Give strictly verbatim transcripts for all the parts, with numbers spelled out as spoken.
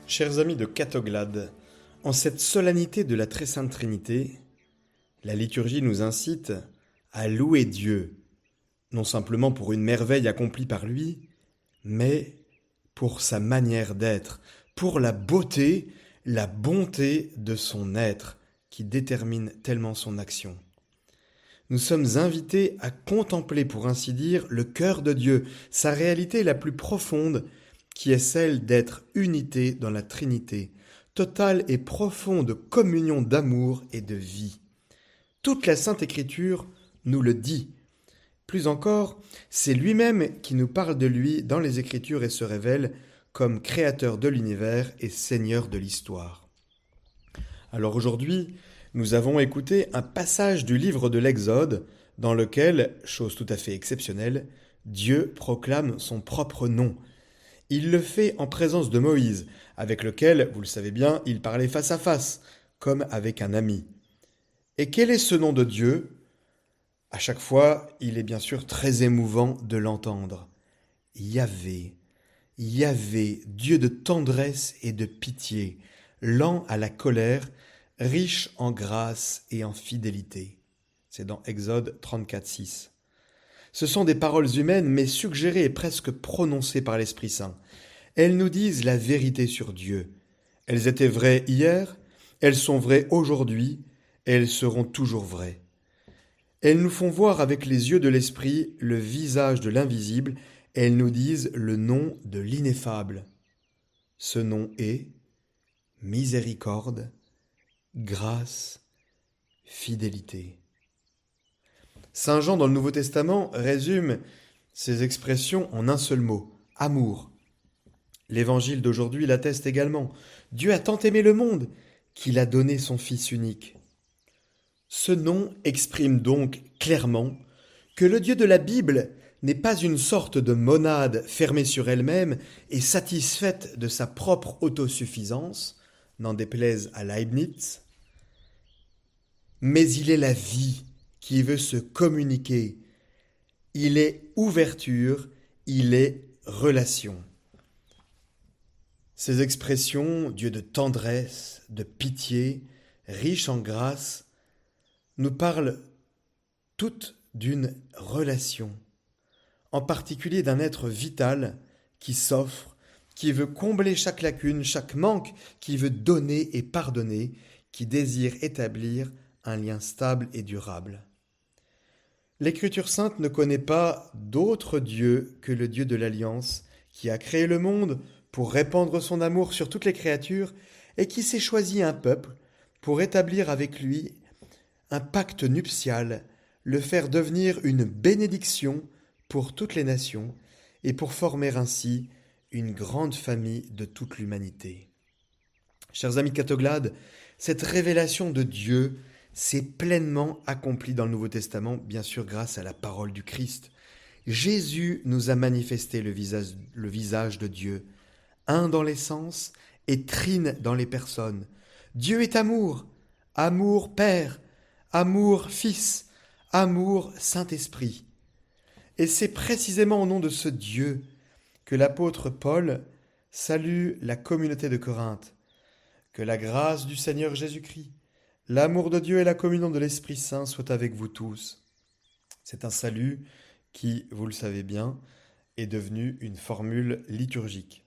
Chers amis de Catoglade, en cette solennité de la Très Sainte Trinité, la liturgie nous incite à louer Dieu, non simplement pour une merveille accomplie par lui, mais pour sa manière d'être, pour la beauté, la bonté de son être qui détermine tellement son action. Nous sommes invités à contempler, pour ainsi dire, le cœur de Dieu, sa réalité la plus profonde, qui est celle d'être unité dans la Trinité, totale et profonde communion d'amour et de vie. Toute la Sainte Écriture nous le dit. Plus encore, c'est lui-même qui nous parle de lui dans les Écritures et se révèle comme créateur de l'univers et seigneur de l'histoire. Alors aujourd'hui, nous avons écouté un passage du livre de l'Exode dans lequel, chose tout à fait exceptionnelle, Dieu proclame son propre nom. Il le fait en présence de Moïse, avec lequel, vous le savez bien, il parlait face à face, comme avec un ami. Et quel est ce nom de Dieu ? À chaque fois, il est bien sûr très émouvant de l'entendre. Yahvé, Yahvé, Dieu de tendresse et de pitié, lent à la colère, riche en grâce et en fidélité. C'est dans Exode trente-quatre, six. Ce sont des paroles humaines, mais suggérées et presque prononcées par l'Esprit Saint. Elles nous disent la vérité sur Dieu. Elles étaient vraies hier, elles sont vraies aujourd'hui, et elles seront toujours vraies. Elles nous font voir avec les yeux de l'Esprit le visage de l'invisible, et elles nous disent le nom de l'ineffable. Ce nom est miséricorde, grâce, fidélité. Saint Jean, dans le Nouveau Testament, résume ces expressions en un seul mot, amour. L'Évangile d'aujourd'hui l'atteste également. Dieu a tant aimé le monde qu'il a donné son Fils unique. Ce nom exprime donc clairement que le Dieu de la Bible n'est pas une sorte de monade fermée sur elle-même et satisfaite de sa propre autosuffisance, n'en déplaise à Leibniz, mais il est la vie qui veut se communiquer. Il est ouverture, il est relation. Ces expressions, Dieu de tendresse, de pitié, riche en grâce, nous parlent toutes d'une relation, en particulier d'un être vital qui s'offre, qui veut combler chaque lacune, chaque manque, qui veut donner et pardonner, qui désire établir un lien stable et durable. L'Écriture sainte ne connaît pas d'autre Dieu que le Dieu de l'Alliance, qui a créé le monde pour répandre son amour sur toutes les créatures et qui s'est choisi un peuple pour établir avec lui un pacte nuptial, le faire devenir une bénédiction pour toutes les nations et pour former ainsi une grande famille de toute l'humanité. Chers amis de Catoglade, cette révélation de Dieu s'est pleinement accomplie dans le Nouveau Testament, bien sûr grâce à la parole du Christ. Jésus nous a manifesté le visage, le visage de Dieu, un dans l'essence et trine dans les personnes. Dieu est amour, amour Père, amour Fils, amour Saint-Esprit. Et c'est précisément au nom de ce Dieu que l'apôtre Paul salue la communauté de Corinthe. Que la grâce du Seigneur Jésus-Christ, l'amour de Dieu et la communion de l'Esprit Saint soient avec vous tous. C'est un salut qui, vous le savez bien, est devenu une formule liturgique.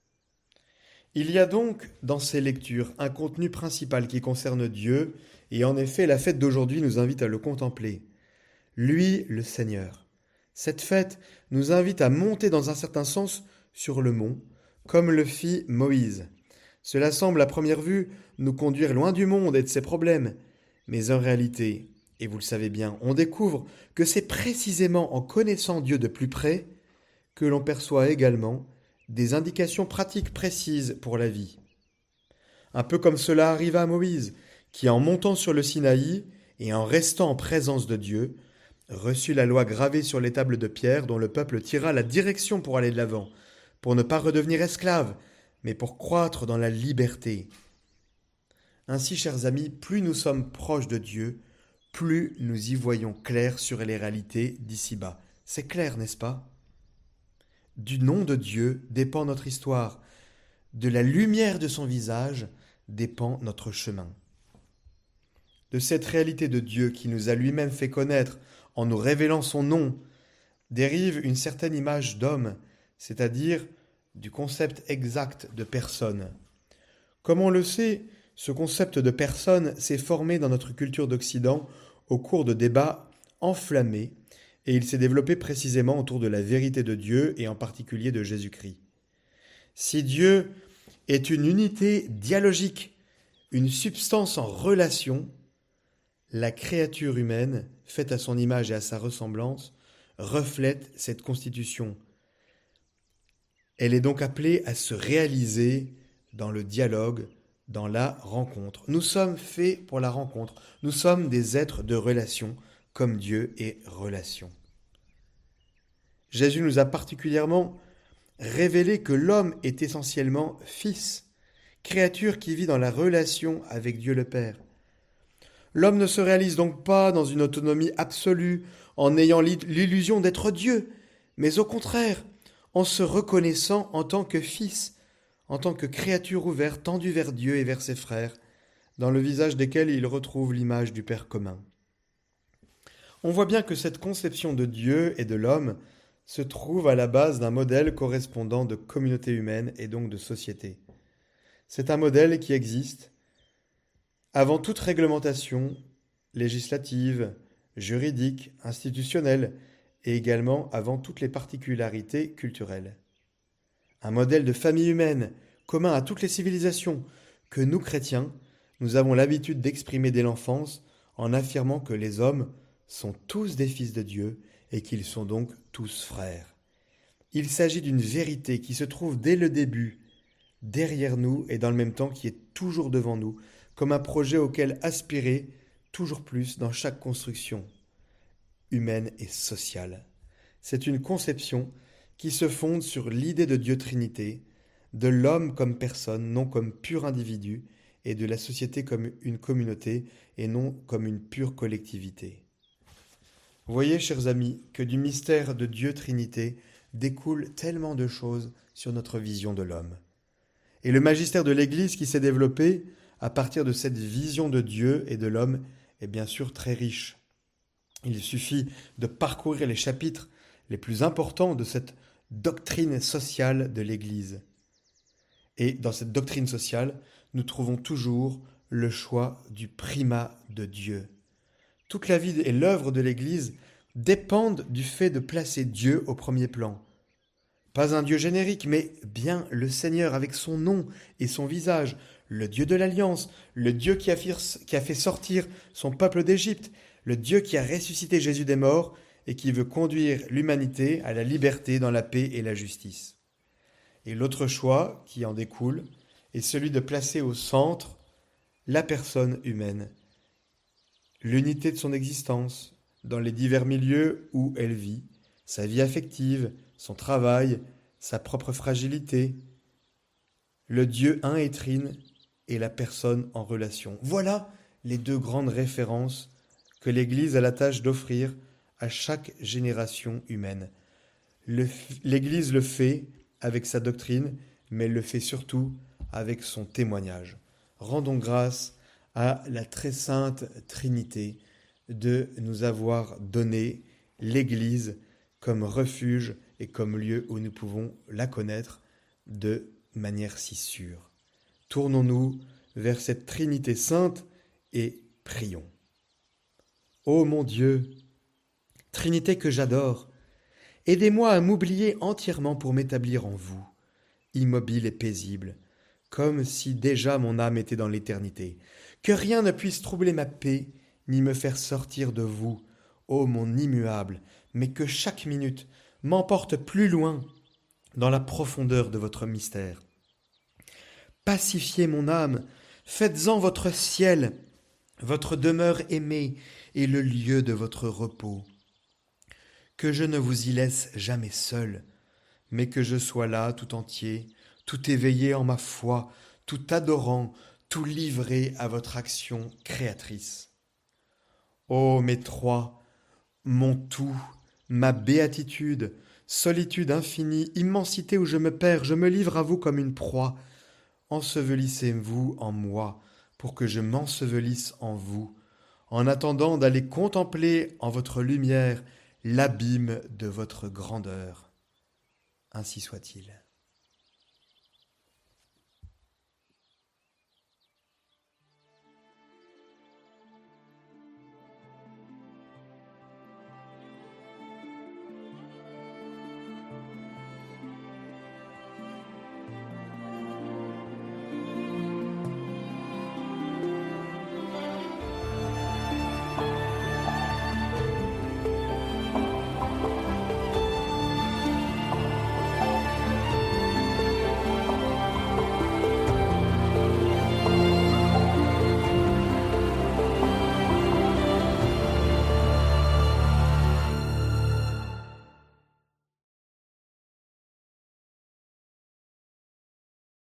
Il y a donc dans ces lectures un contenu principal qui concerne Dieu, et en effet la fête d'aujourd'hui nous invite à le contempler. Lui, le Seigneur. Cette fête nous invite à monter dans un certain sens sur le mont, comme le fit Moïse. Cela semble à première vue nous conduire loin du monde et de ses problèmes, mais en réalité, et vous le savez bien, on découvre que c'est précisément en connaissant Dieu de plus près que l'on perçoit également des indications pratiques précises pour la vie. Un peu comme cela arriva à Moïse, qui en montant sur le Sinaï et en restant en présence de Dieu, reçut la loi gravée sur les tables de pierre dont le peuple tira la direction pour aller de l'avant, pour ne pas redevenir esclave, mais pour croître dans la liberté. Ainsi, chers amis, plus nous sommes proches de Dieu, plus nous y voyons clair sur les réalités d'ici-bas. C'est clair, n'est-ce pas ? Du nom de Dieu dépend notre histoire. de la lumière de son visage dépend notre chemin. De cette réalité de Dieu qui nous a lui-même fait connaître en nous révélant son nom, dérive une certaine image d'homme, c'est-à-dire du concept exact de personne. Comme on le sait, ce concept de personne s'est formé dans notre culture d'Occident au cours de débats enflammés, et il s'est développé précisément autour de la vérité de Dieu et en particulier de Jésus-Christ. Si Dieu est une unité dialogique, une substance en relation, la créature humaine, faite à son image et à sa ressemblance, reflète cette constitution. Elle est donc appelée à se réaliser dans le dialogue, dans la rencontre. Nous sommes faits pour la rencontre. Nous sommes des êtres de relation, comme Dieu est relation. Jésus nous a particulièrement révélé que l'homme est essentiellement fils, créature qui vit dans la relation avec Dieu le Père. L'homme ne se réalise donc pas dans une autonomie absolue, en ayant l'illusion d'être Dieu, mais au contraire, en se reconnaissant en tant que fils, en tant que créature ouverte, tendue vers Dieu et vers ses frères, dans le visage desquels il retrouve l'image du Père commun. On voit bien que cette conception de Dieu et de l'homme se trouve à la base d'un modèle correspondant de communauté humaine et donc de société. C'est un modèle qui existe avant toute réglementation législative, juridique, institutionnelle, et également avant toutes les particularités culturelles. Un modèle de famille humaine, commun à toutes les civilisations, que nous, chrétiens, nous avons l'habitude d'exprimer dès l'enfance en affirmant que les hommes sont tous des fils de Dieu et qu'ils sont donc tous frères. Il s'agit d'une vérité qui se trouve dès le début, derrière nous et dans le même temps qui est toujours devant nous, comme un projet auquel aspirer toujours plus dans chaque construction humaine et sociale. C'est une conception qui se fonde sur l'idée de Dieu Trinité, de l'homme comme personne, non comme pur individu, et de la société comme une communauté, et non comme une pure collectivité. Voyez, chers amis, que du mystère de Dieu Trinité découle tellement de choses sur notre vision de l'homme. Et le magistère de l'Église qui s'est développé à partir de cette vision de Dieu et de l'homme est bien sûr très riche. Il suffit de parcourir les chapitres les plus importants de cette doctrine sociale de l'Église. Et dans cette doctrine sociale, nous trouvons toujours le choix du primat de Dieu. Toute la vie et l'œuvre de l'Église dépendent du fait de placer Dieu au premier plan. Pas un Dieu générique, mais bien le Seigneur avec son nom et son visage, le Dieu de l'Alliance, le Dieu qui a fait sortir son peuple d'Égypte, le Dieu qui a ressuscité Jésus des morts et qui veut conduire l'humanité à la liberté dans la paix et la justice. Et l'autre choix qui en découle est celui de placer au centre la personne humaine, l'unité de son existence dans les divers milieux où elle vit, sa vie affective, son travail, sa propre fragilité, le Dieu un et trine et la personne en relation. Voilà les deux grandes références que l'Église a la tâche d'offrir à chaque génération humaine. Le, L'Église le fait avec sa doctrine, mais elle le fait surtout avec son témoignage. Rendons grâce à la très sainte Trinité de nous avoir donné l'Église comme refuge et comme lieu où nous pouvons la connaître de manière si sûre. Tournons-nous vers cette Trinité sainte et prions. Ô mon Dieu, Trinité que j'adore, aidez-moi à m'oublier entièrement pour m'établir en vous, immobile et paisible, comme si déjà mon âme était dans l'éternité. Que rien ne puisse troubler ma paix, ni me faire sortir de vous, ô mon immuable, mais que chaque minute m'emporte plus loin dans la profondeur de votre mystère. Pacifiez mon âme, faites-en votre ciel, votre demeure aimée et le lieu de votre repos. Que je ne vous y laisse jamais seul, mais que je sois là tout entier, tout éveillé en ma foi, tout adorant, tout livré à votre action créatrice. Ô mes trois, mon tout, ma béatitude, solitude infinie, immensité où je me perds, je me livre à vous comme une proie, ensevelissez-vous en moi, pour que je m'ensevelisse en vous, en attendant d'aller contempler en votre lumière l'abîme de votre grandeur. Ainsi soit-il.